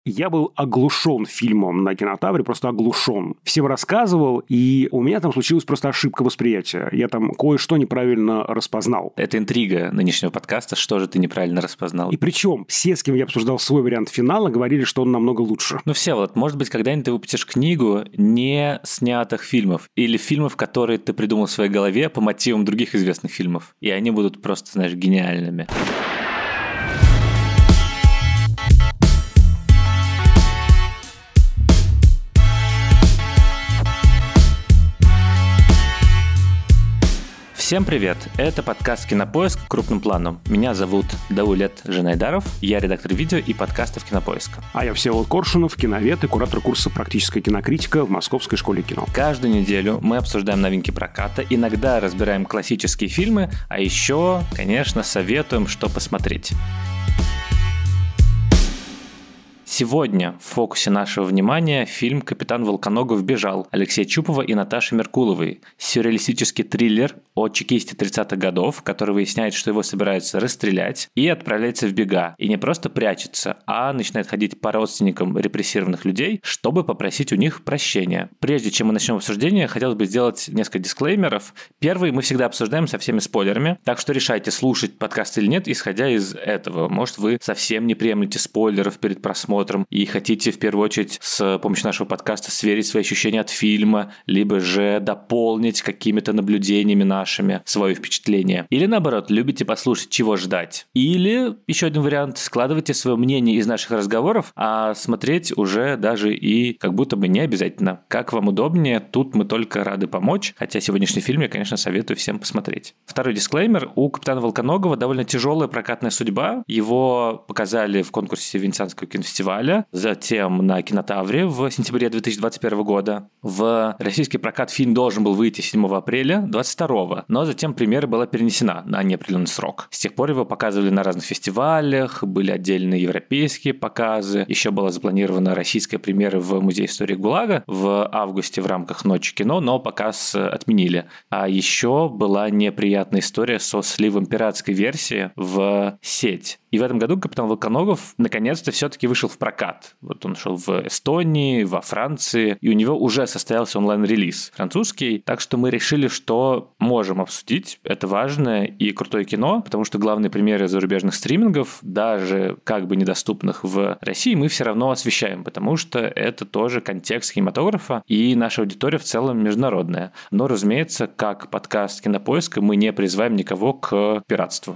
Я был оглушен фильмом на Кинотавре, просто оглушен. Всем рассказывал, и у меня там случилась просто ошибка восприятия. Я там кое-что неправильно распознал. Это интрига нынешнего подкаста. Что же ты неправильно распознал? И причем все, с кем я обсуждал свой вариант финала, говорили, что он намного лучше. Ну, Всеволод, может быть, когда-нибудь ты выпустишь книгу не снятых фильмов или фильмов, которые ты придумал в своей голове по мотивам других известных фильмов. И они будут просто, знаешь, гениальными. Всем привет! Это подкаст «Кинопоиск» крупным планом. Меня зовут Даулет Женайдаров, я редактор видео и подкастов «Кинопоиска». А я Всеволод Коршунов, киновед и куратор курса «Практическая кинокритика» в Московской школе кино. Каждую неделю мы обсуждаем новинки проката, иногда разбираем классические фильмы, а еще, конечно, советуем, что посмотреть. Сегодня в фокусе нашего внимания фильм «Капитан Волконогов бежал» Алексея Чупова и Наташи Меркуловой. Сюрреалистический триллер о чекисте 30-х годов, который выясняет, что его собираются расстрелять, и отправляется в бега. И не просто прячется, а начинает ходить по родственникам репрессированных людей, чтобы попросить у них прощения. Прежде чем мы начнем обсуждение, хотелось бы сделать несколько дисклеймеров. Первый мы всегда обсуждаем со всеми спойлерами, так что решайте, слушать подкаст или нет, исходя из этого. Может, вы совсем не приемлете спойлеров перед просмотром и хотите в первую очередь с помощью нашего подкаста сверить свои ощущения от фильма, либо же дополнить какими-то наблюдениями нашими свое впечатление. Или наоборот, любите послушать, чего ждать. Или, еще один вариант, складывайте свое мнение из наших разговоров, а смотреть уже даже и как будто бы не обязательно. Как вам удобнее, тут мы только рады помочь, хотя сегодняшний фильм я, конечно, советую всем посмотреть. Второй дисклеймер. У «Капитана Волконогова» довольно тяжелая прокатная судьба. Его показали в конкурсе Венецианского кинофестиваля, затем на Кинотавре в сентябре 2021 года. В российский прокат фильм должен был выйти 7 апреля 2022, но затем премьера была перенесена на неопределенный срок. С тех пор его показывали на разных фестивалях, были отдельные европейские показы, еще была запланирована российская премьера в Музее истории ГУЛАГа в августе в рамках Ночи кино, но показ отменили. А еще была неприятная история со сливом пиратской версии в сеть. И в этом году «Капитан Волконогов» наконец-то все-таки вышел в прокат. Вот он шел в Эстонии, во Франции, и у него уже состоялся онлайн-релиз французский, так что мы решили, что можем обсудить это важное и крутое кино, потому что главные премьеры зарубежных стримингов, даже как бы недоступных в России, мы все равно освещаем, потому что это тоже контекст кинематографа, и наша аудитория в целом международная. Но, разумеется, как подкаст «Кинопоиска» мы не призываем никого к пиратству.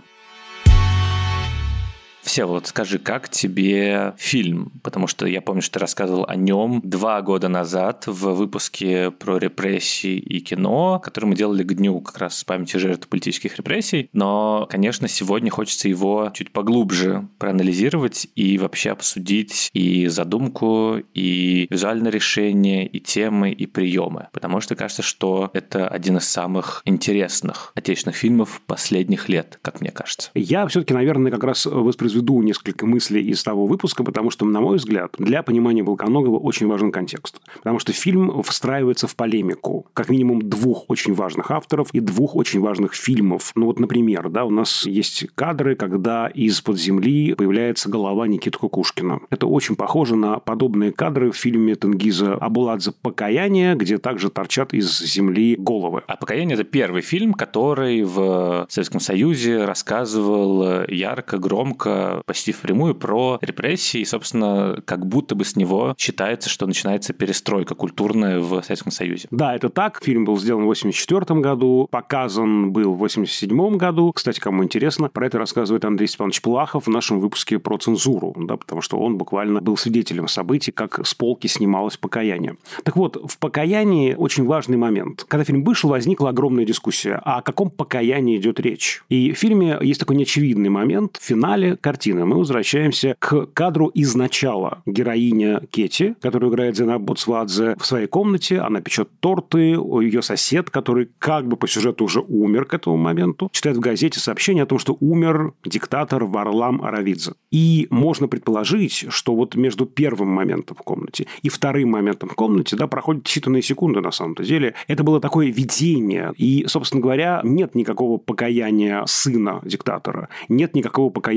Всеволод, скажи, как тебе фильм? Потому что я помню, что ты рассказывал о нем 2 года назад в выпуске про репрессии и кино, который мы делали к дню как раз памяти жертв политических репрессий. Но, конечно, сегодня хочется его чуть поглубже проанализировать и вообще обсудить и задумку, и визуальное решение, и темы, и приемы. Потому что кажется, что это один из самых интересных отечественных фильмов последних лет, как мне кажется. Я все-таки, наверное, как раз воспроизведу несколько мыслей из того выпуска, потому что, на мой взгляд, для понимания Волконогова очень важен контекст. Потому что фильм встраивается в полемику. Как минимум 2 очень важных авторов и 2 очень важных фильмов. Ну вот, например, да, у нас есть кадры, когда из-под земли появляется голова Никиты Кукушкина. Это очень похоже на подобные кадры в фильме Тенгиза Абуладзе «Покаяние», где также торчат из земли головы. А «Покаяние» — это первый фильм, который в Советском Союзе рассказывал ярко, громко, почти впрямую про репрессии, и, собственно, как будто бы с него считается, что начинается перестройка культурная в Советском Союзе. Да, это так. Фильм был сделан в 1984 году, показан был в 1987 году. Кстати, кому интересно, про это рассказывает Андрей Степанович Плахов в нашем выпуске про цензуру, да, потому что он буквально был свидетелем событий, как с полки снималось «Покаяние». Так вот, в «Покаянии» очень важный момент. Когда фильм вышел, возникла огромная дискуссия, о каком покаянии идет речь. И в фильме есть такой неочевидный момент. В финале картины мы возвращаемся к кадру из начала. Героиня Кетти, которую играет Зейнаб Боцвадзе, в своей комнате, она печет торты, ее сосед, который как бы по сюжету уже умер к этому моменту, читает в газете сообщение о том, что умер диктатор Варлам Аравидзе. И можно предположить, что вот между первым моментом в комнате и вторым моментом в комнате, да, проходят считанные секунды на самом-то деле. Это было такое видение. И, собственно говоря, нет никакого покаяния сына диктатора, нет никакого покаяния внука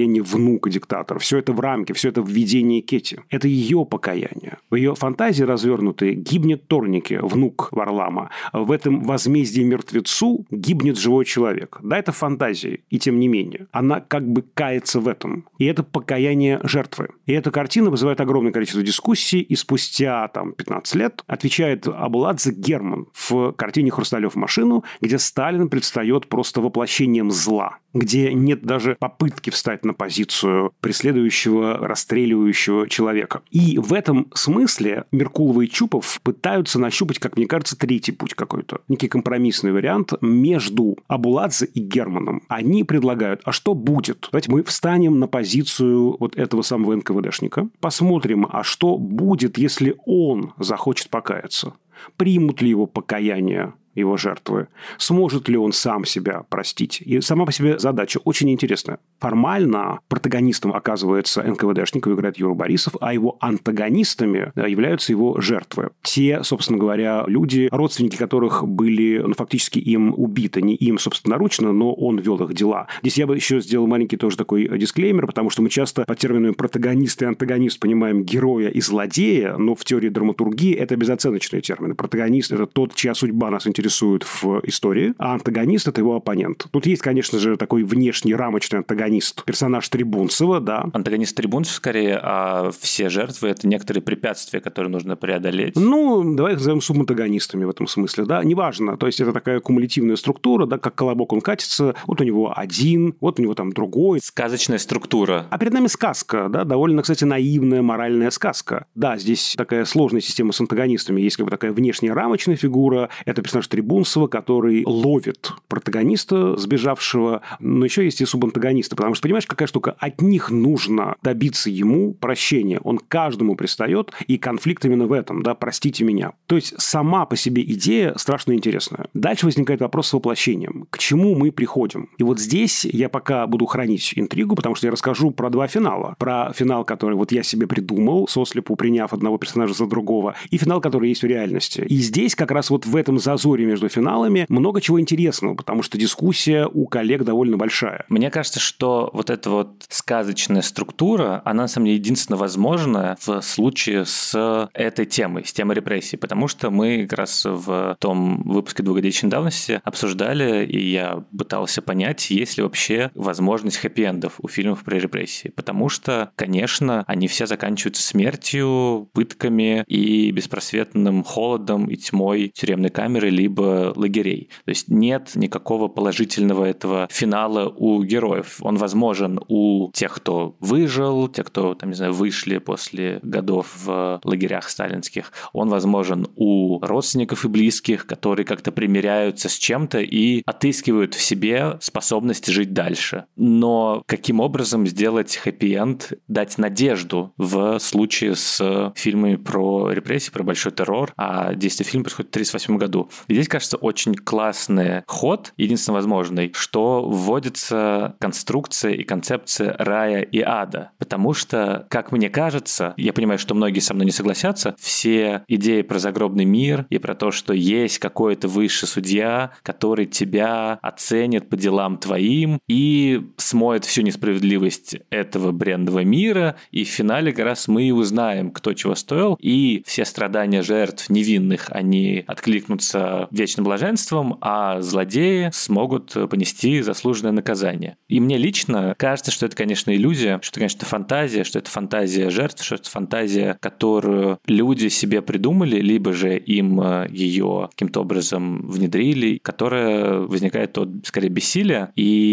внука диктатора. Все это в рамке, все это в видении Кетти. Это ее покаяние. В ее фантазии развернутой гибнет Торнике, внук Варлама. В этом возмездии мертвецу гибнет живой человек. Да, это фантазии, и тем не менее. Она как бы кается в этом. И это покаяние жертвы. И эта картина вызывает огромное количество дискуссий, и спустя 15 лет отвечает Абуладзе Герман в картине «Хрусталев машину», где Сталин предстает просто воплощением зла, где нет даже попытки встать на позицию преследующего, расстреливающего человека. И в этом смысле Меркулова и Чупов пытаются нащупать, как мне кажется, третий путь какой-то. Некий компромиссный вариант между Абуладзе и Германом. Они предлагают, а что будет? Давайте мы встанем на позицию вот этого самого НКВДшника, посмотрим, а что будет, если он захочет покаяться. Примут ли его покаяние его жертвы? Сможет ли он сам себя простить? И сама по себе задача очень интересная. Формально протагонистом оказывается НКВДшник, его играет Юра Борисов, а его антагонистами являются его жертвы. Те, собственно говоря, люди, родственники которых были фактически им убиты. Не им собственноручно, но он вел их дела. Здесь я бы еще сделал маленький тоже такой дисклеймер, потому что мы часто по термину протагонист и антагонист понимаем героя и злодея, но в теории драматургии это безоценочные термины. Протагонист – это тот, чья судьба нас интересует в истории, а антагонист – это его оппонент. Тут есть, конечно же, такой внешний рамочный антагонист, персонаж Трибунцева, да. Антагонист Трибунцев скорее, а все жертвы – это некоторые препятствия, которые нужно преодолеть. Давай их назовем субантагонистами в этом смысле, да, неважно. То есть, это такая кумулятивная структура, да, как колобок он катится, вот у него один, вот у него там другой. Сказочная структура. А перед нами сказка, да, довольно, кстати, наивная моральная сказка. Да, здесь такая сложная система с антагонистами. Есть как бы такая внешняя рамочная фигура, это персонаж Трибунцева, который ловит протагониста, сбежавшего, но еще есть и субантагонисты, потому что, понимаешь, какая штука? От них нужно добиться ему прощения. Он каждому пристает, и конфликт именно в этом, да, простите меня. То есть, сама по себе идея страшно интересная. Дальше возникает вопрос с воплощением. К чему мы приходим? И вот здесь я пока буду хранить интригу, потому что я расскажу про два финала. Про финал, который вот я себе придумал, сослепу приняв одного персонажа за другого, и финал, который есть в реальности. И здесь как раз вот в этом зазоре между финалами много чего интересного, потому что дискуссия у коллег довольно большая. Мне кажется, что вот эта вот сказочная структура, она, на самом деле, единственно возможна в случае с этой темой, с темой репрессий, потому что мы как раз в том выпуске двухгодичной давности обсуждали, и я пытался понять, есть ли вообще возможность хэппи-эндов у фильмов про репрессии, потому что, конечно, они все заканчиваются смертью, пытками и беспросветным холодом и тьмой тюремной камеры либо лагерей. То есть нет никакого положительного этого финала у героев. Он возможен у тех, кто выжил, тех, кто, там, не знаю, вышли после годов в лагерях сталинских. Он возможен у родственников и близких, которые как-то примиряются с чем-то и отыскивают в себе способность жить дальше. Но каким образом сделать хэппи-энд, дать надежду в случае с фильмами про репрессии, про большой террор, а действие фильма происходит в 1938 году. И здесь, кажется, очень классный ход, единственно возможный, что вводится конструкция и концепция рая и ада. Потому что, как мне кажется, я понимаю, что многие со мной не согласятся, все идеи про загробный мир и про то, что есть какой-то высший судья, который тебя оценит по делам твоим и смоет всю несправедливость этого бренного мира, и в финале как раз мы и узнаем, кто чего стоил, и все страдания жертв невинных, они откликнутся вечным блаженством, а злодеи смогут понести заслуженное наказание. И мне лично кажется, что это, конечно, иллюзия, что это, конечно, фантазия, что это фантазия жертв, что это фантазия, которую люди себе придумали, либо же им ее каким-то образом внедрили, которая возникает от, скорее, бессилия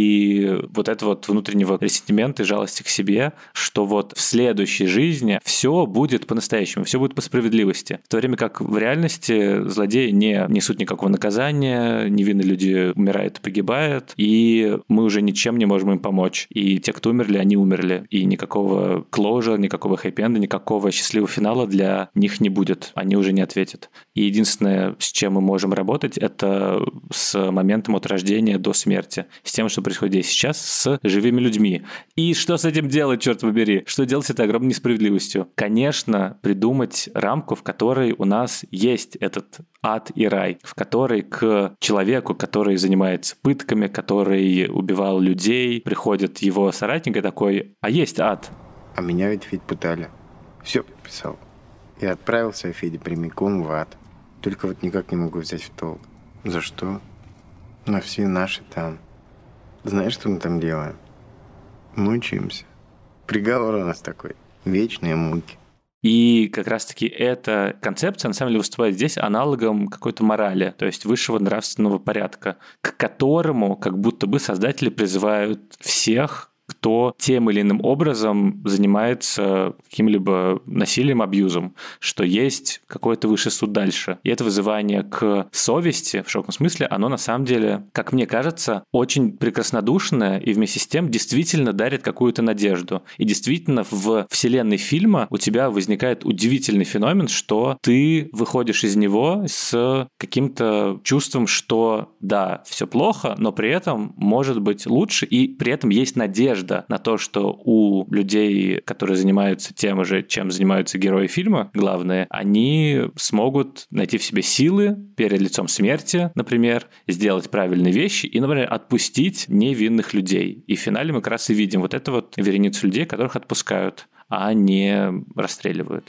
и вот этого вот внутреннего ресентимента и жалости к себе, что вот в следующей жизни все будет по-настоящему, все будет по справедливости. В то время как в реальности злодеи не несут никакого наказания, невинные люди умирают и погибают, и мы уже ничем не можем им помочь. И те, кто умерли, они умерли. И никакого closure, никакого хэппи-энда, никакого счастливого финала для них не будет. Они уже не ответят. И единственное, с чем мы можем работать, это с моментом от рождения до смерти. С тем, что происходит здесь сейчас, с живыми людьми. И что с этим делать, черт побери? Что делать с этой огромной несправедливостью? Конечно, придумать рамку, в которой у нас есть этот ад и рай, в который к человеку, который занимается пытками, который убивал людей, приходит его соратник и такой: а есть ад. А меня ведь пытали. Все подписал. И отправился Федя прямиком в ад. Только вот никак не могу взять в толк. За что? На все наши там. Знаешь, что мы там делаем? Мучаемся. Приговор у нас такой. Вечные муки. И как раз-таки эта концепция, на самом деле, выступает здесь аналогом какой-то морали, то есть высшего нравственного порядка, к которому как будто бы создатели призывают всех, кто тем или иным образом занимается каким-либо насилием, абьюзом, что есть какой-то высший суд дальше. И это вызывание к совести, в широком смысле, оно на самом деле, как мне кажется, очень прекраснодушное и вместе с тем действительно дарит какую-то надежду. И действительно в вселенной фильма у тебя возникает удивительный феномен, что ты выходишь из него с каким-то чувством, что да, все плохо, но при этом может быть лучше, и при этом есть надежда на то, что у людей, которые занимаются тем же, чем занимаются герои фильма, главные, они смогут найти в себе силы перед лицом смерти, например, сделать правильные вещи и, например, отпустить невинных людей. И в финале мы как раз и видим вот эту вот вереницу людей, которых отпускают, а не расстреливают.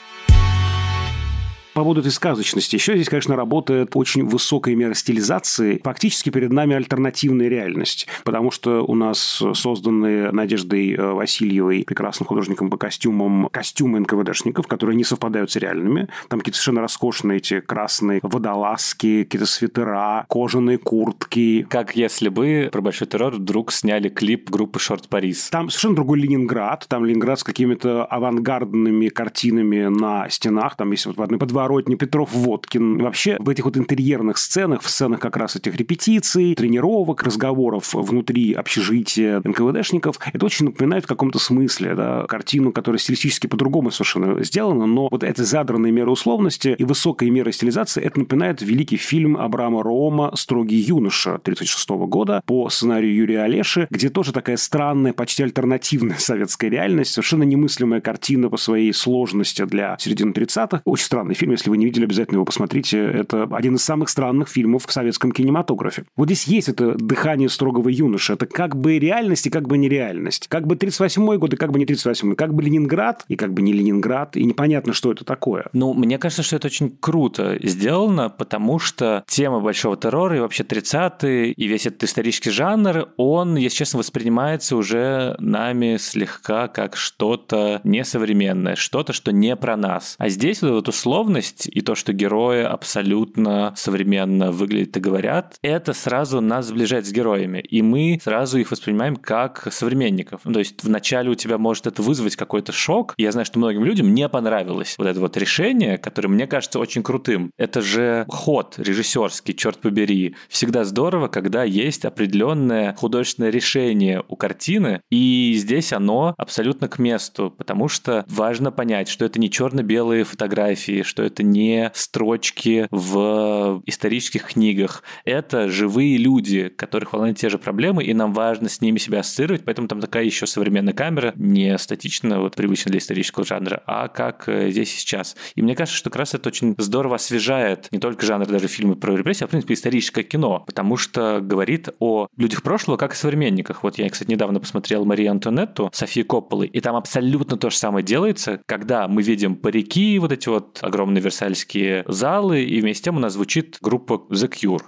По поводу этой сказочности. Еще здесь, конечно, работает очень высокая мера стилизации. Фактически перед нами альтернативная реальность. Потому что у нас созданы Надеждой Васильевой, прекрасным художником по костюмам, костюмы НКВДшников, которые не совпадают с реальными. Там какие-то совершенно роскошные эти красные водолазки, какие-то свитера, кожаные куртки. Как если бы про Большой террор вдруг сняли клип группы Шорт Парис. Там совершенно другой Ленинград. Там Ленинград с какими-то авангардными картинами на стенах. Там есть вот в одной подворотне Петров-Водкин. И вообще в этих вот интерьерных сценах, в сценах как раз этих репетиций, тренировок, разговоров внутри общежития НКВДшников, это очень напоминает в каком-то смысле, да, картину, которая стилистически по-другому совершенно сделана, но вот эти задранные меры условности и высокая мера стилизации, это напоминает великий фильм Абрама Роома «Строгий юноша» 1936 года по сценарию Юрия Олеши, где тоже такая странная, почти альтернативная советская реальность, совершенно немыслимая картина по своей сложности для середины 30-х. Очень странный фильм, если вы не видели, обязательно его посмотрите. Это один из самых странных фильмов в советском кинематографе. Вот здесь есть это дыхание строгого юноши. Это как бы реальность и как бы нереальность. Как бы 38-й год и как бы не 38-й. Как бы Ленинград и как бы не Ленинград. И непонятно, что это такое. Ну, мне кажется, что это очень круто сделано, потому что тема Большого террора и вообще 30-е, и весь этот исторический жанр, он, если честно, воспринимается уже нами слегка как что-то несовременное, что-то, что не про нас. А здесь вот условность и то, что герои абсолютно современно выглядят и говорят, это сразу нас сближает с героями, и мы сразу их воспринимаем как современников. То есть вначале у тебя может это вызвать какой-то шок. Я знаю, что многим людям не понравилось вот это вот решение, которое мне кажется очень крутым. Это же ход режиссерский, черт побери. Всегда здорово, когда есть определенное художественное решение у картины, и здесь оно абсолютно к месту, потому что важно понять, что это не черно-белые фотографии, что это не строчки в исторических книгах. Это живые люди, которых волнуют те же проблемы, и нам важно с ними себя ассоциировать, поэтому там такая еще современная камера, не статично, вот привычно для исторического жанра, а как здесь и сейчас. И мне кажется, что как раз это очень здорово освежает не только жанр даже фильмы про репрессии, а в принципе историческое кино, потому что говорит о людях прошлого как о современниках. Вот я, кстати, недавно посмотрел Марию Антуанетту Софии Копполы, и там абсолютно то же самое делается, когда мы видим парики, вот эти вот огромные версальские залы, и вместе с тем у нас звучит группа The Cure.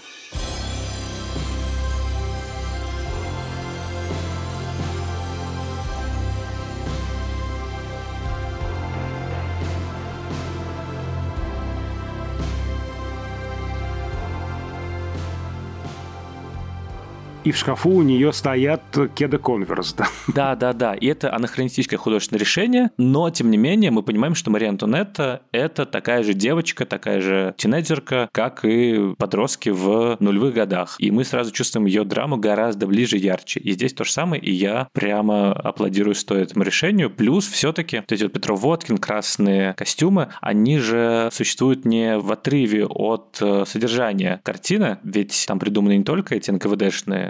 И в шкафу у нее стоят кеды Converse, да? Да. И это анахронистическое художественное решение, но, тем не менее, мы понимаем, что Мария Антуанетта – это такая же девочка, такая же тинейджерка, как и подростки в нулевых годах. И мы сразу чувствуем ее драму гораздо ближе, ярче. И здесь то же самое, и я прямо аплодирую стоя этому решению. Плюс все-таки вот эти вот Петров-Водкин, красные костюмы, они же существуют не в отрыве от содержания картины, ведь там придуманы не только эти НКВДшные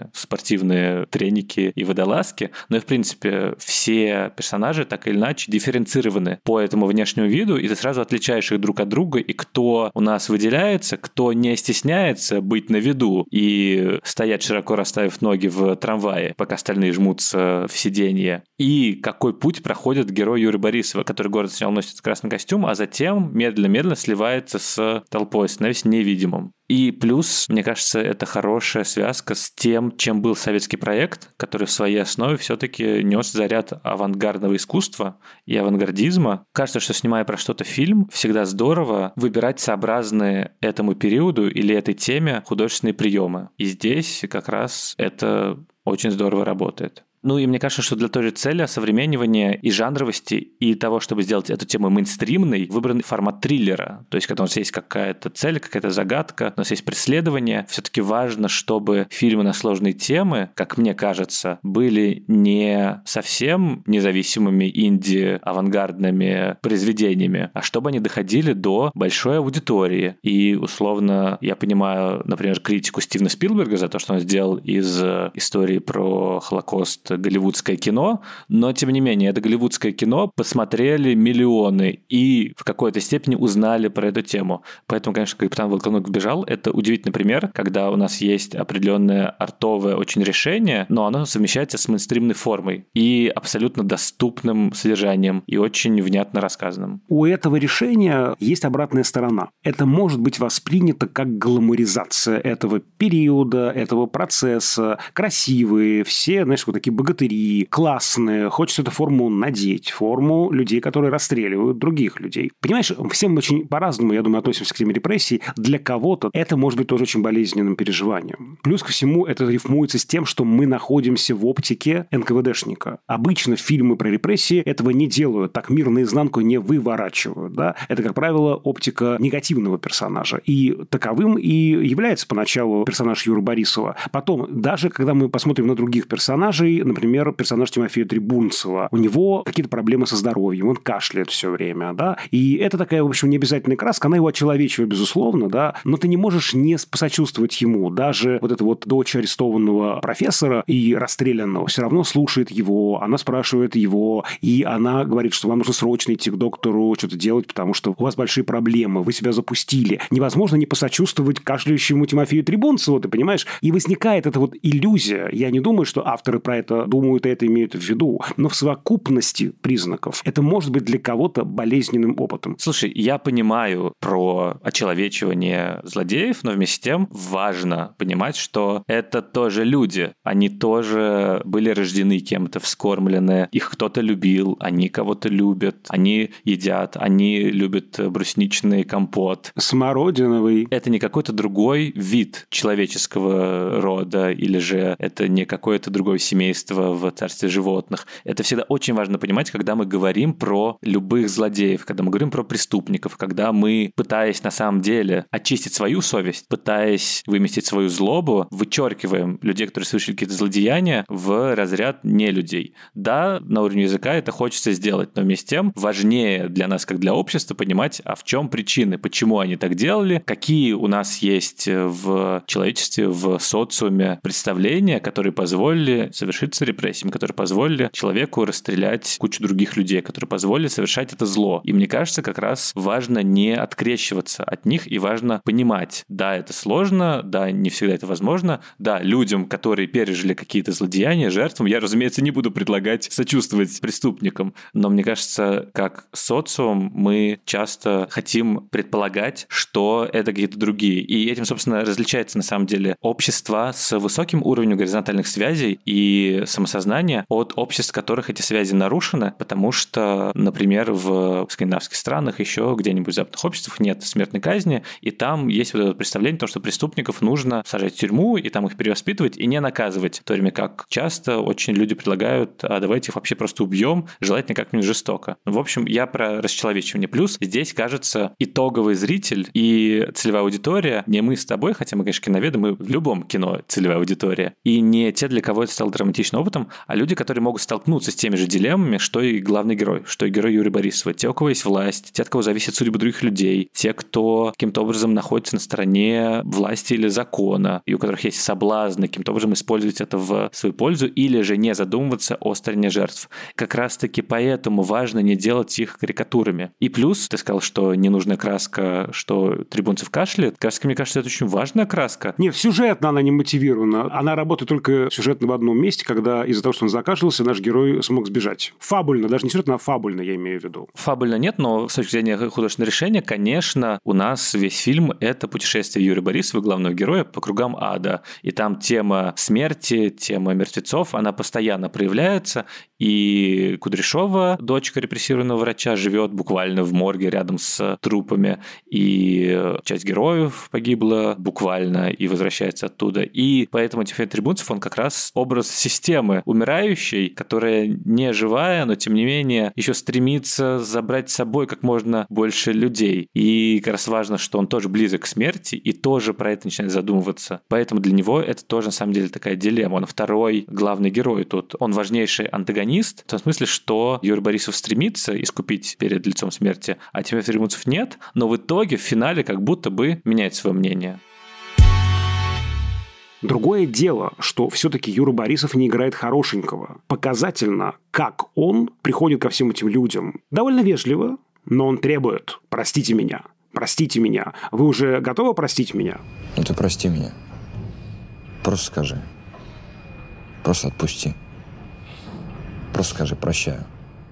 разные спортивные треники и водолазки, но и, в принципе, все персонажи так или иначе дифференцированы по этому внешнему виду, и ты сразу отличаешь их друг от друга, и кто у нас выделяется, кто не стесняется быть на виду и стоять широко расставив ноги в трамвае, пока остальные жмутся в сиденье, и какой путь проходит герой Юрия Борисова, который город сначала носит красный костюм, а затем медленно-медленно сливается с толпой, становясь невидимым. И плюс, мне кажется, это хорошая связка с тем, чем был советский проект, который в своей основе все-таки нес заряд авангардного искусства и авангардизма. Кажется, что, снимая про что-то фильм, всегда здорово выбирать сообразные этому периоду или этой теме художественные приемы. И здесь как раз это очень здорово работает. Ну и мне кажется, что для той же цели осовременивания и жанровости, и того, чтобы сделать эту тему мейнстримной, выбран формат триллера. То есть, когда у нас есть какая-то цель, какая-то загадка, у нас есть преследование, все-таки важно, чтобы фильмы на сложные темы, как мне кажется, были не совсем независимыми инди-авангардными произведениями, а чтобы они доходили до большой аудитории. И, условно, я понимаю, например, критику Стивена Спилберга за то, что он сделал из истории про Холокост голливудское кино, но, тем не менее, это голливудское кино посмотрели миллионы и в какой-то степени узнали про эту тему. Поэтому, конечно, «Капитан Волконогов бежал» — это удивительный пример, когда у нас есть определенное артовое очень решение, но оно совмещается с мейнстримной формой и абсолютно доступным содержанием и очень внятно рассказанным. У этого решения есть обратная сторона. Это может быть воспринято как гламуризация этого периода, этого процесса. Красивые, все, знаешь, вот такие богатыри, классные, хочется эту форму надеть, форму людей, которые расстреливают других людей. Понимаешь, всем очень по-разному, я думаю, относимся к теме репрессий. Для кого-то это может быть тоже очень болезненным переживанием. Плюс ко всему это рифмуется с тем, что мы находимся в оптике НКВДшника. Обычно фильмы про репрессии этого не делают, так мир наизнанку не выворачивают. Да? Это, как правило, оптика негативного персонажа. И таковым и является поначалу персонаж Юры Борисова. Потом, даже когда мы посмотрим на других персонажей, например, персонаж Тимофея Трибунцева, у него какие-то проблемы со здоровьем, он кашляет все время, да, и это такая, в общем, необязательная краска, она его очеловечивает, безусловно, да, но ты не можешь не посочувствовать ему, даже вот эта вот дочь арестованного профессора и расстрелянного все равно слушает его, она спрашивает его, и она говорит, что вам нужно срочно идти к доктору, что-то делать, потому что у вас большие проблемы, вы себя запустили. Невозможно не посочувствовать кашляющему Тимофею Трибунцеву, ты понимаешь? И возникает эта вот иллюзия. Я не думаю, что авторы про это думают и это имеют в виду, но в совокупности признаков это может быть для кого-то болезненным опытом. Слушай, я понимаю про очеловечивание злодеев, но вместе с тем важно понимать, что это тоже люди. Они тоже были рождены кем-то, вскормлены, их кто-то любил, они кого-то любят, они едят, они любят брусничный компот. Смородиновый. Это не какой-то другой вид человеческого рода, или же это не какое-то другое семейство в царстве животных. Это всегда очень важно понимать, когда мы говорим про любых злодеев, когда мы говорим про преступников, когда мы, пытаясь на самом деле очистить свою совесть, пытаясь выместить свою злобу, вычеркиваем людей, которые совершили какие-то злодеяния, в разряд нелюдей. Да, на уровне языка это хочется сделать, но вместе с тем важнее для нас, как для общества, понимать, а в чем причины, почему они так делали, какие у нас есть в человечестве, в социуме представления, которые позволили совершиться репрессиями, которые позволили человеку расстрелять кучу других людей, которые позволили совершать это зло. И мне кажется, как раз важно не открещиваться от них и важно понимать, да, это сложно, да, не всегда это возможно, да, людям, которые пережили какие-то злодеяния, жертвам, я, разумеется, не буду предлагать сочувствовать преступникам, но мне кажется, как социум мы часто хотим предполагать, что это какие-то другие. И этим, собственно, различается на самом деле общество с высоким уровнем горизонтальных связей и самосознания от обществ, в которых эти связи нарушены, потому что, например, в скандинавских странах, еще где-нибудь в западных обществах нет смертной казни, и там есть вот это представление о том, что преступников нужно сажать в тюрьму и там их перевоспитывать и не наказывать, в то время как часто очень люди предлагают, а давайте их вообще просто убьем, желательно как-нибудь жестоко. В общем, я про расчеловечивание. Плюс здесь, кажется, итоговый зритель и целевая аудитория, не мы с тобой, хотя мы, конечно, киноведы, мы в любом кино целевая аудитория, и не те, для кого это стало драматичным достаточно опытом, а люди, которые могут столкнуться с теми же дилеммами, что и главный герой, что и герой Юрия Борисова. Те, у кого есть власть, те, от кого зависит судьба других людей, те, кто каким-то образом находится на стороне власти или закона, и у которых есть соблазны каким-то образом использовать это в свою пользу, или же не задумываться о стороне жертв. Как раз-таки поэтому важно не делать их карикатурами. И плюс, ты сказал, что ненужная краска, что Трибунцев кашляет. Как раз, мне кажется, это очень важная краска. Нет, сюжетно она не мотивирована. Она работает только сюжетно в одном месте, когда из-за того, что он закашлялся, наш герой смог сбежать. Фабульно, даже не сюжетно, а фабульно, я имею в виду. Фабульно нет, но с точки зрения художественного решения, конечно, у нас весь фильм — это путешествие Юрия Борисова, главного героя, по кругам ада. И там тема смерти, тема мертвецов, она постоянно проявляется. И Кудряшова, дочка репрессированного врача, живет буквально в морге рядом с трупами. И часть героев погибла буквально и возвращается оттуда. И поэтому Тимофей Трибунцев, он как раз образ системы умирающей, которая не живая, но тем не менее еще стремится забрать с собой как можно больше людей. И как раз важно, что он тоже близок к смерти и тоже про это начинает задумываться. Поэтому для него это тоже на самом деле такая дилемма. Он второй главный герой тут. Он важнейший антагонист, в том смысле, что Юрий Борисов стремится искупить перед лицом смерти, а Тимофей Трибунцев нет, но в итоге в финале как будто бы меняет свое мнение. Другое дело, что все-таки Юра Борисов не играет хорошенького. Показательно, как он приходит ко всем этим людям. Довольно вежливо, но он требует: простите меня, простите меня. Вы уже готовы простить меня? Ну ты прости меня. Просто скажи. Просто отпусти. Просто скажи «прощаю».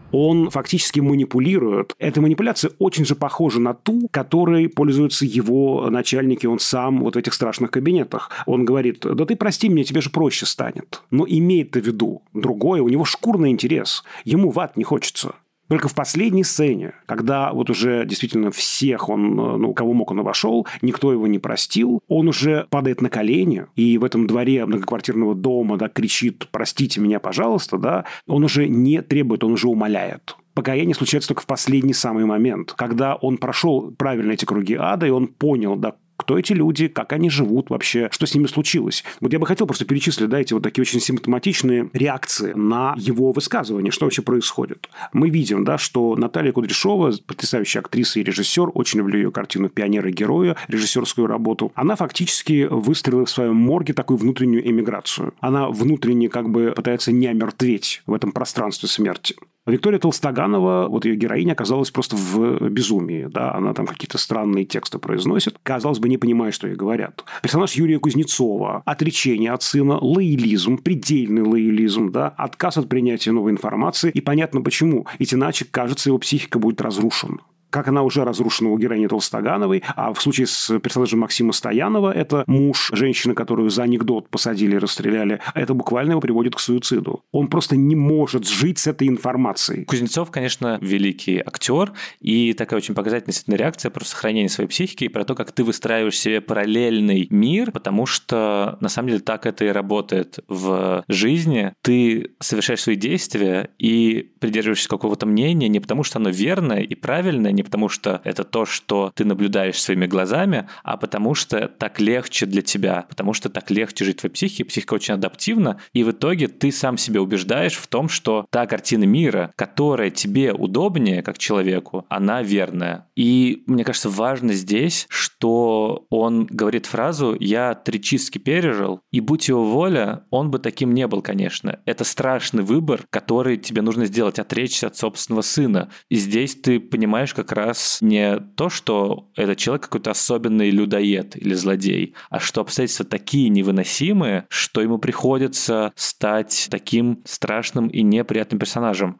Он фактически манипулирует. Эта манипуляция очень же похожа на ту, которой пользуются его начальники, он сам вот в этих страшных кабинетах. Он говорит: да ты прости меня, тебе же проще станет. Но имеет в виду другое, у него шкурный интерес. Ему в ад не хочется. Только в последней сцене, когда вот уже действительно всех он, кого мог, он обошел, никто его не простил, он уже падает на колени, и в этом дворе многоквартирного дома, да, кричит: простите меня, пожалуйста, да, он уже не требует, он уже умоляет. Покаяние случается только в последний самый момент, когда он прошел правильно эти круги ада, и он понял, да, кто эти люди, как они живут вообще, что с ними случилось. Вот я бы хотел просто перечислить, да, эти вот такие очень симптоматичные реакции на его высказывание, что вообще происходит. Мы видим, да, что Наталья Кудряшова, потрясающая актриса и режиссер, очень люблю ее картину «Пионеры героя», режиссерскую работу, она фактически выстроила в своем морге такую внутреннюю эмиграцию. Она внутренне как бы пытается не омертветь в этом пространстве смерти. Виктория Толстоганова, вот ее героиня, оказалась просто в безумии. Да? Она там какие-то странные тексты произносит, казалось бы, не понимая, что ей говорят. Персонаж Юрия Кузнецова: отречение от сына, лоялизм, предельный лоялизм, да? Отказ от принятия новой информации. И понятно почему. Ведь иначе, кажется, его психика будет разрушена. Как она уже разрушена у героини Толстогановой, а в случае с персонажем Максима Стоянова это муж женщины, которую за анекдот посадили и расстреляли, это буквально его приводит к суициду. Он просто не может жить с этой информацией. Кузнецов, конечно, великий актер, и такая очень показательная реакция про сохранение своей психики и про то, как ты выстраиваешь себе параллельный мир, потому что на самом деле так это и работает в жизни. Ты совершаешь свои действия и придерживаешься какого-то мнения не потому, что оно верное и правильное, не потому что это то, что ты наблюдаешь своими глазами, а потому что так легче для тебя, потому что так легче жить в твоей психике. Психика очень адаптивна, и в итоге ты сам себя убеждаешь в том, что та картина мира, которая тебе удобнее как человеку, она верная. И мне кажется, важно здесь, что он говорит фразу «я 3 чистки пережил», и будь его воля, он бы таким не был, конечно. Это страшный выбор, который тебе нужно сделать, отречься от собственного сына. И здесь ты понимаешь как раз не то, что этот человек какой-то особенный людоед или злодей, а что обстоятельства такие невыносимые, что ему приходится стать таким страшным и неприятным персонажем.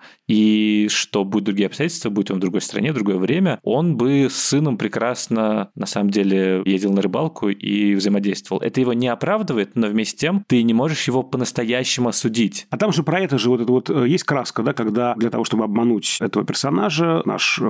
И что будут другие обстоятельства, будь он в другой стране, в другое время, он бы с сыном прекрасно, на самом деле, ездил на рыбалку и взаимодействовал. Это его не оправдывает, но вместе с тем ты не можешь его по-настоящему осудить. А там же про это же вот есть краска, да, когда для того, чтобы обмануть этого персонажа, наш протагонист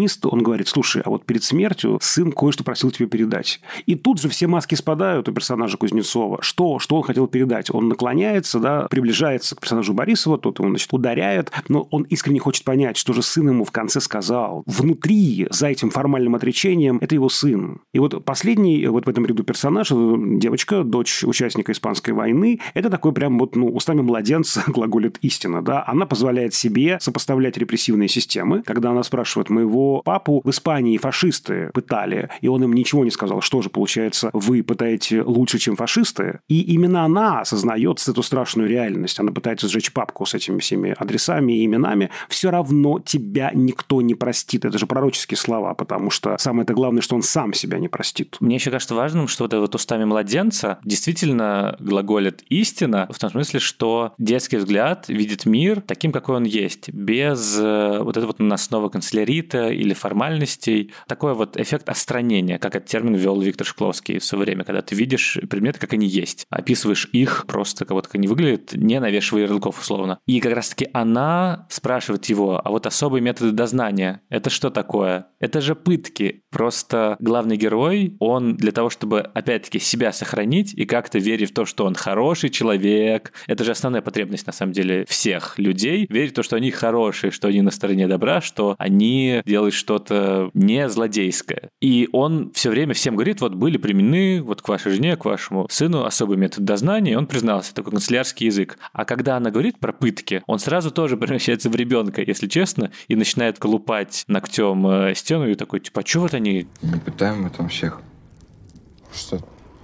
пианист, он говорит: слушай, а вот перед смертью сын кое-что просил тебе передать. И тут же все маски спадают у персонажа Кузнецова. Что он хотел передать? Он наклоняется, да, приближается к персонажу Борисова, тот его, значит, ударяет, но он искренне хочет понять, что же сын ему в конце сказал. Внутри, за этим формальным отречением, это его сын. И вот последний вот в этом ряду персонаж, девочка, дочь участника Испанской войны, это такой прям вот, устами младенца глаголит истина, да. Она позволяет себе сопоставлять репрессивные системы. Когда она спрашивает: моего папу в Испании фашисты пытали, и он им ничего не сказал. Что же, получается, вы пытаете лучше, чем фашисты? И именно она осознает эту страшную реальность. Она пытается сжечь папку с этими всеми адресами и именами. Все равно тебя никто не простит. Это же пророческие слова, потому что самое-то главное, что он сам себя не простит. Мне еще кажется важным, что вот это вот устами младенца действительно глаголит истина, в том смысле, что детский взгляд видит мир таким, какой он есть, без вот этого вот наносного канцелярита или формальностей. Такой вот эффект остранения, как этот термин ввел Виктор Шкловский в свое время, когда ты видишь предметы, как они есть, описываешь их просто, как вот как они выглядят, не навешивая ярлыков условно. И как раз-таки она спрашивает его: а вот особые методы дознания, это что такое? Это же пытки. Просто главный герой, он для того, чтобы, опять-таки, себя сохранить и как-то верить в то, что он хороший человек, это же основная потребность, на самом деле, всех людей, верить в то, что они хорошие, что они на стороне добра, что они делают что-то не злодейское. И он все время всем говорит: вот были применены вот к вашей жене, к вашему сыну особый метод дознания, и он признался, такой канцелярский язык. А когда она говорит про пытки, он сразу тоже превращается в ребенка, если честно, и начинает колупать ногтем стену и такой, типа: а что вот они... Не пытаем мы там всех. Просто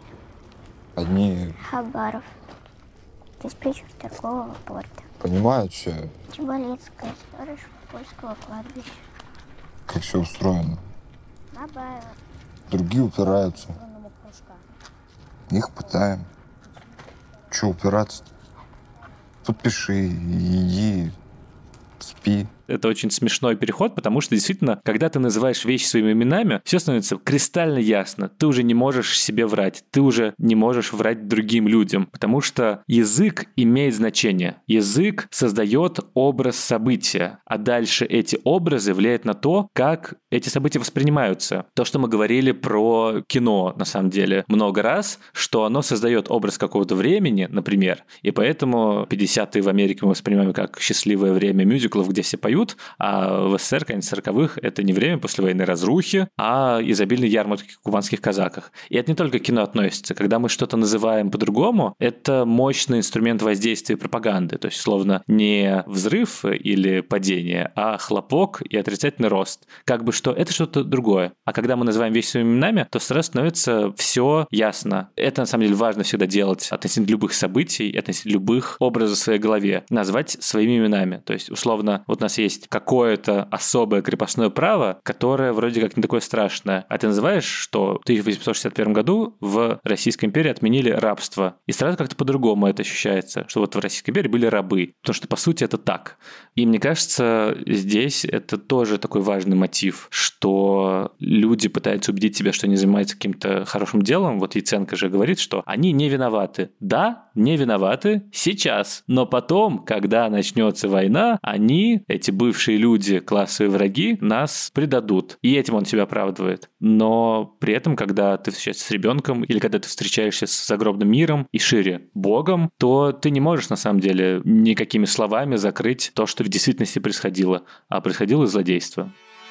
одни... Хабаров. Диспетчер торгового порта. Понимают все, Чеболецкая, сторож польского кладбища. как все устроено. Бабаева. Другие упираются. Их пытаем. Че упираться? Подпиши, иди, спи. Это очень смешной переход, потому что действительно, когда ты называешь вещи своими именами, все становится кристально ясно. Ты уже не можешь себе врать, ты уже не можешь врать другим людям, потому что язык имеет значение. Язык создает образ события, а дальше эти образы влияют на то, как эти события воспринимаются. То, что мы говорили про кино, на самом деле, много раз, что оно создает образ какого-то времени, например, и поэтому 50-е в Америке мы воспринимаем как счастливое время мюзиклов, где все поют, а в СССР, конец 40-х, это не время послевоенной разрухи, а изобильные ярмарки в кубанских казаках. И это не только к кино относится. Когда мы что-то называем по-другому, это мощный инструмент воздействия и пропаганды. То есть, словно не взрыв или падение, а хлопок и отрицательный рост. Как бы что это что-то другое. А когда мы называем вещи своими именами, то сразу становится все ясно. Это, на самом деле, важно всегда делать относительно любых событий, относительно любых образов в своей голове. Назвать своими именами. То есть, условно, вот у нас есть какое-то особое крепостное право, которое вроде как не такое страшное. А ты называешь, что в 1861 году в Российской империи отменили рабство. И сразу как-то по-другому это ощущается, что вот в Российской империи были рабы. Потому что, по сути, это так. И мне кажется, здесь это тоже такой важный мотив, что люди пытаются убедить тебя, что они занимаются каким-то хорошим делом. Вот Яценко же говорит, что они не виноваты. Да, не виноваты сейчас. Но потом, когда начнется война, они, эти бывшие люди, классовые враги, нас предадут. И этим он себя оправдывает. Но при этом, когда ты встречаешься с ребенком или когда ты встречаешься с загробным миром и шире Богом, то ты не можешь, на самом деле, никакими словами закрыть то, что в действительности происходило. А происходило злодейство.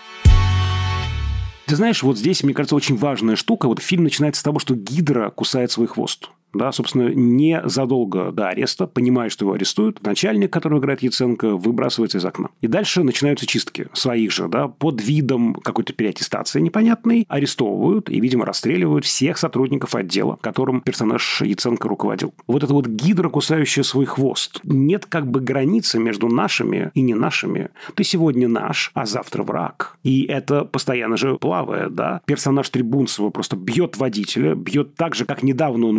Ты знаешь, вот здесь, мне кажется, очень важная штука. Вот фильм начинается с того, что Гидра кусает свой хвост. Да, собственно, незадолго до ареста, понимая, что его арестуют, начальник, которого играет Яценко, выбрасывается из окна. И дальше начинаются чистки своих же, да, под видом какой-то переаттестации непонятной, арестовывают и, видимо, расстреливают всех сотрудников отдела, которым персонаж Яценко руководил. Вот это вот гидра, кусающая свой хвост. Нет как бы границы между нашими и не нашими. Ты сегодня наш, а завтра враг. И это постоянно же плавает, да. Персонаж Трибунцева просто бьет водителя, бьет так же, как недавно он мог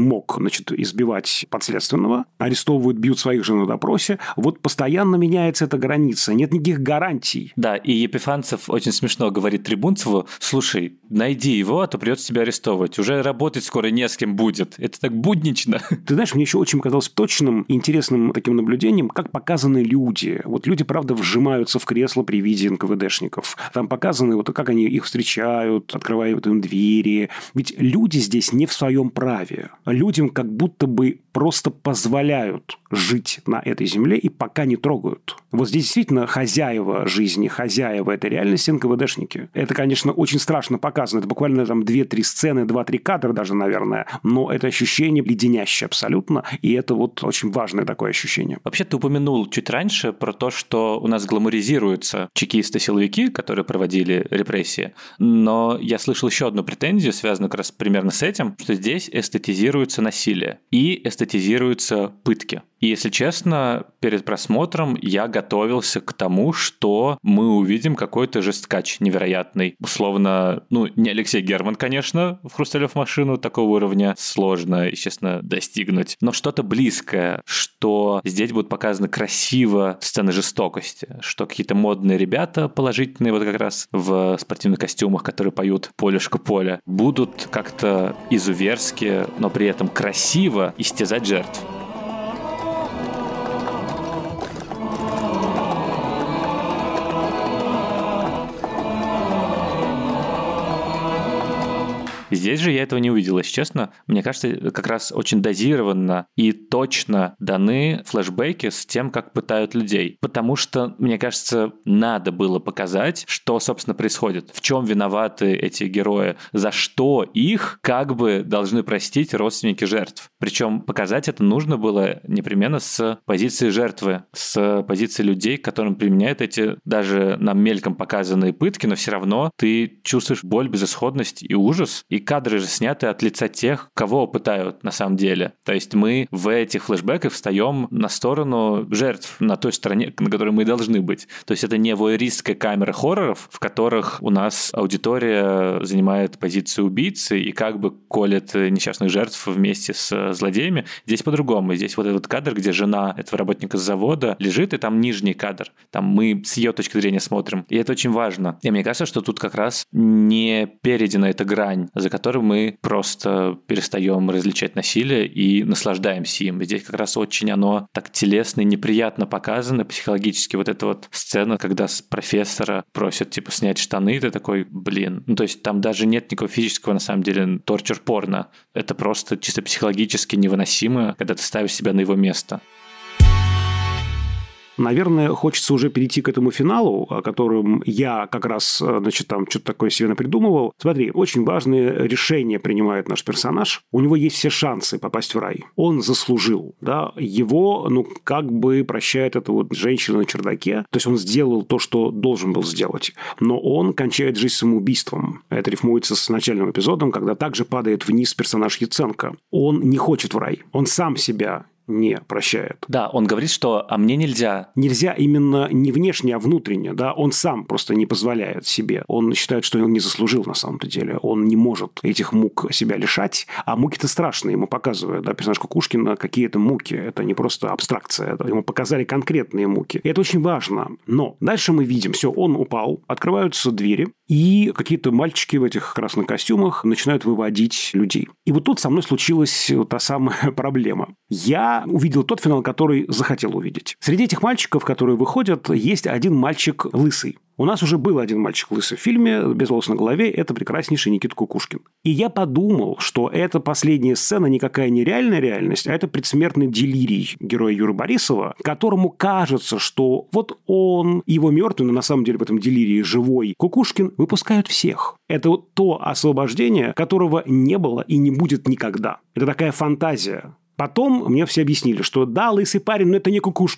избивать подследственного, арестовывают, бьют своих же на допросе. Вот постоянно меняется эта граница, нет никаких гарантий. Да, и Епифанцев очень смешно говорит Трибунцеву: слушай, найди его, а то придется тебя арестовывать. Уже работать скоро не с кем будет. Это так буднично. Ты знаешь, мне еще очень казалось точным и интересным таким наблюдением, как показаны люди. Вот люди, правда, вжимаются в кресло при виде НКВДшников. Там показаны, вот как они их встречают, открывают им двери. Ведь люди здесь не в своем праве. Людям как будто бы просто позволяют жить на этой земле и пока не трогают. Вот здесь действительно хозяева жизни, хозяева этой реальности НКВДшники. Это, конечно, очень страшно показано. Это буквально там 2-3 сцены, 2-3 кадра даже, наверное. Но это ощущение леденящее абсолютно. И это вот очень важное такое ощущение. Вообще, ты упомянул чуть раньше про то, что у нас гламуризируются чекисты-силовики, которые проводили репрессии. Но я слышал еще одну претензию, связанную как раз примерно с этим, что здесь эстетизируется насилие и эстетизируются пытки. И, если честно, перед просмотром я готовился к тому, что мы увидим какой-то жесткач невероятный. Условно, не Алексей Герман, конечно, в «Хрусталев машину», такого уровня сложно, естественно, достигнуть. Но что-то близкое, что здесь будут показаны красиво сцены жестокости, что какие-то модные ребята положительные, вот как раз в спортивных костюмах, которые поют «Полюшка поле», будут как-то изуверски, но при этом красиво истязать жертв. Здесь же я этого не увидел, если честно. Мне кажется, как раз очень дозированно и точно даны флешбеки с тем, как пытают людей. Потому что, мне кажется, надо было показать, что, собственно, происходит. В чем виноваты эти герои, за что их как бы должны простить родственники жертв. Причем показать это нужно было непременно с позиции жертвы, с позиции людей, которым применяют эти даже нам мельком показанные пытки, но все равно ты чувствуешь боль, безысходность и ужас. И кадры же сняты от лица тех, кого пытают на самом деле. То есть мы в этих флешбеках встаем на сторону жертв, на той стороне, на которой мы и должны быть. То есть это не вуайеристская камера хорроров, в которых у нас аудитория занимает позицию убийцы и как бы колет несчастных жертв вместе с злодеями. Здесь по-другому. Здесь вот этот кадр, где жена этого работника с завода лежит, и там нижний кадр. Там мы с ее точки зрения смотрим. И это очень важно. И мне кажется, что тут как раз не перейдена эта грань, за которой мы просто перестаем различать насилие и наслаждаемся им. И здесь как раз очень оно так телесно и неприятно показано психологически. Вот эта вот сцена, когда с профессора просят типа снять штаны, ты такой, блин. То есть там даже нет никакого физического, на самом деле, торчер-порно. Это просто чисто психологически невыносимо, когда ты ставишь себя на его место. Наверное, хочется уже перейти к этому финалу, о котором я как раз, там что-то такое себе напридумывал. Смотри, очень важное решение принимает наш персонаж. У него есть все шансы попасть в рай. Он заслужил, да. Его, как бы прощает эта вот женщина на чердаке. То есть он сделал то, что должен был сделать. Но он кончает жизнь самоубийством. Это рифмуется с начальным эпизодом, когда также падает вниз персонаж Яценко. Он не хочет в рай. Он сам себя не прощает. Да, он говорит, что «а мне нельзя». Нельзя именно не внешне, а внутренне. Да? Он сам просто не позволяет себе. Он считает, что он не заслужил на самом-то деле. Он не может этих мук себя лишать. А муки-то страшные. Ему показывают, да, персонаж Кукушкина, какие это муки. Это не просто абстракция. Да? Ему показали конкретные муки. И это очень важно. Но дальше мы видим, все, он упал, открываются двери, и какие-то мальчики в этих красных костюмах начинают выводить людей. И вот тут со мной случилась та самая проблема. Я увидел тот финал, который захотел увидеть. Среди этих мальчиков, которые выходят, есть один мальчик лысый. У нас уже был один мальчик лысый в фильме «Без волос на голове». Это прекраснейший Никита Кукушкин. И я подумал, что эта последняя сцена никакая не реальная реальность, а это предсмертный делирий героя Юры Борисова, которому кажется, что вот он, его мертвый, но на самом деле в этом делирии живой Кукушкин выпускают всех. Это вот то освобождение, которого не было и не будет никогда. Это такая фантазия. Потом мне все объяснили, что да, лысый парень, но это не Кукушкин.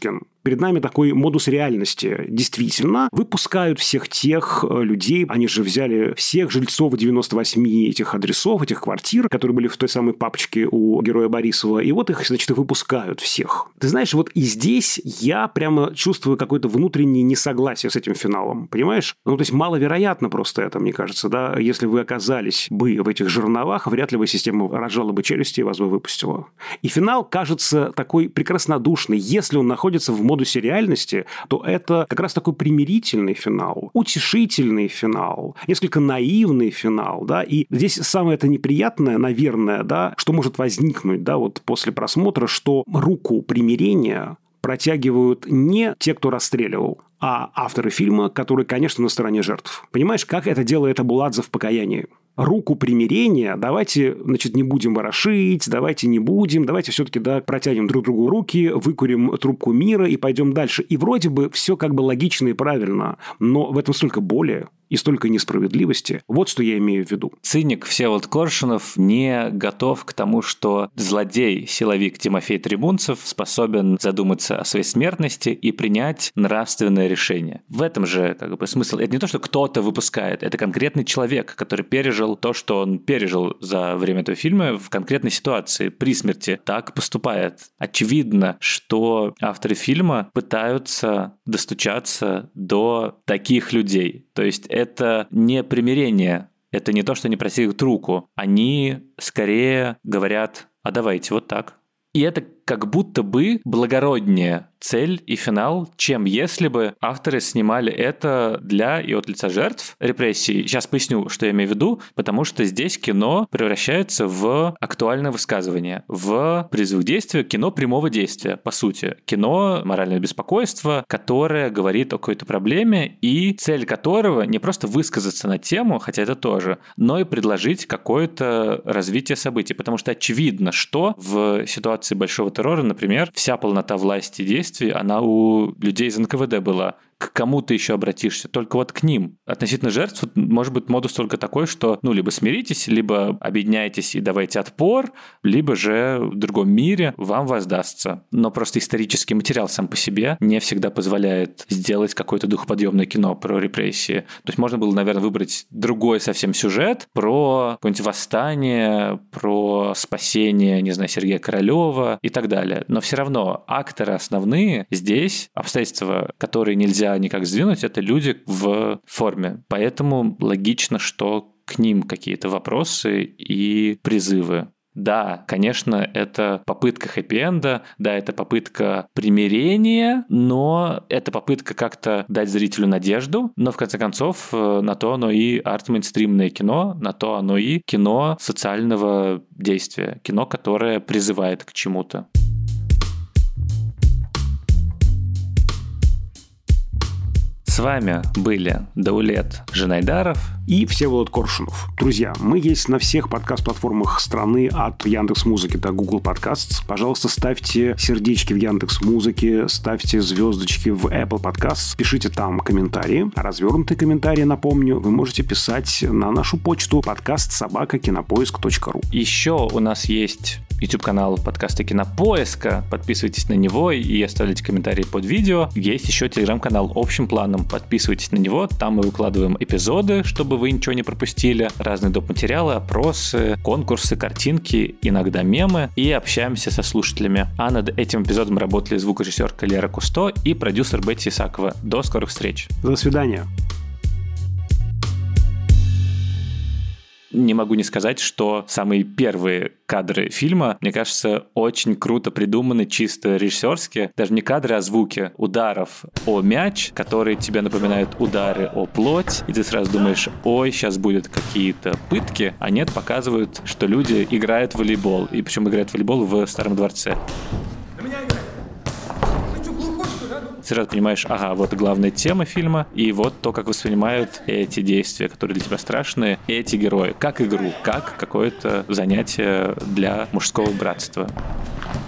перед нами такой модус реальности. Действительно, выпускают всех тех людей, они же взяли всех жильцов 98 этих адресов, этих квартир, которые были в той самой папочке у героя Борисова, и вот их, значит, выпускают всех. Ты знаешь, вот и здесь я прямо чувствую какое-то внутреннее несогласие с этим финалом, понимаешь? Ну, то есть, маловероятно просто это, мне кажется, да, если вы оказались бы в этих жерновах, вряд ли бы система разжала бы челюсти и вас бы выпустила. И финал кажется такой прекраснодушный. Если он находится в модусе реальности, то это как раз такой примирительный финал, утешительный финал, несколько наивный финал, да, и здесь самое это неприятное, наверное, да, что может возникнуть, да, вот после просмотра, что руку примирения протягивают не те, кто расстреливал, а авторы фильма, которые, конечно, на стороне жертв. Понимаешь, как это делает Абуладзе в «Покаянии»? Руку примирения давайте, значит, не будем ворошить, давайте не будем, давайте все-таки, да, протянем друг другу руки, выкурим трубку мира и пойдем дальше. И вроде бы все как бы логично и правильно, но в этом столько боли и столько несправедливости. Вот что я имею в виду. Циник Всеволод Коршунов не готов к тому, что злодей-силовик Тимофей Трибунцев способен задуматься о своей смертности и принять нравственное решение. В этом же как бы смысл. Это не то, что кто-то выпускает, это конкретный человек, который пережил то, что он пережил за время этого фильма в конкретной ситуации, при смерти. Так поступает. Очевидно, что авторы фильма пытаются достучаться до таких людей. То есть это не примирение, это не то, что они протягивают руку. Они скорее говорят: а давайте вот так. И это как будто бы благороднее цель и финал, чем если бы авторы снимали это для и от лица жертв репрессий. Сейчас поясню, что я имею в виду, потому что здесь кино превращается в актуальное высказывание, в призыв к действию, кино прямого действия, по сути. Кино моральное беспокойство, которое говорит о какой-то проблеме, и цель которого не просто высказаться на тему, хотя это тоже, но и предложить какое-то развитие событий. Потому что очевидно, что в ситуации большого террора, например, вся полнота власти и действий, она у людей из НКВД была. К кому ты еще обратишься? Только вот к ним. Относительно жертв, может быть, модус только такой, что, либо смиритесь, либо объединяйтесь и давайте отпор, либо же в другом мире вам воздастся. Но просто исторический материал сам по себе не всегда позволяет сделать какое-то духоподъемное кино про репрессии. То есть можно было, наверное, выбрать другой совсем сюжет про какое-нибудь восстание, про спасение, не знаю, Сергея Королева и так далее. Но все равно акторы основные здесь, обстоятельства, которые нельзя никак сдвинуть, это люди в форме. Поэтому логично, что к ним какие-то вопросы и призывы. Да, конечно, это попытка хэппи-энда, да, это попытка примирения, но это попытка как-то дать зрителю надежду, но в конце концов на то оно и арт-мейнстримное кино, на то оно и кино социального действия, кино, которое призывает к чему-то. С вами были Даулет Женайдаров и Всеволод Коршунов. Друзья, мы есть на всех подкаст-платформах страны, от Яндекс.Музыки до Google Podcasts. Пожалуйста, ставьте сердечки в Яндекс.Музыке, ставьте звездочки в Apple Podcasts, пишите там комментарии. Развернутые комментарии, напомню, вы можете писать на нашу почту podcast@kinopoisk.ru. Еще у нас есть YouTube-канал подкаста Кинопоиска. Подписывайтесь на него и оставляйте комментарии под видео. Есть еще телеграм-канал «Общим планом». Подписывайтесь на него. Там мы выкладываем эпизоды, чтобы вы ничего не пропустили. Разные доп. Материалы, опросы, конкурсы, картинки, иногда мемы. И общаемся со слушателями. А над этим эпизодом работали звукорежиссерка Лера Кусто и продюсер Бетти Исакова. До скорых встреч. До свидания. Не могу не сказать, что самые первые кадры фильма, мне кажется, очень круто придуманы чисто режиссерски. Даже не кадры, а звуки ударов о мяч, которые тебе напоминают удары о плоть. И ты сразу думаешь: ой, сейчас будут какие-то пытки. А нет, показывают, что люди играют в волейбол. И причем играют в волейбол в Старом дворце. Сразу понимаешь, ага, вот главная тема фильма, и вот то, как воспринимают эти действия, которые для тебя страшные, эти герои, как игру, как какое-то занятие для мужского братства.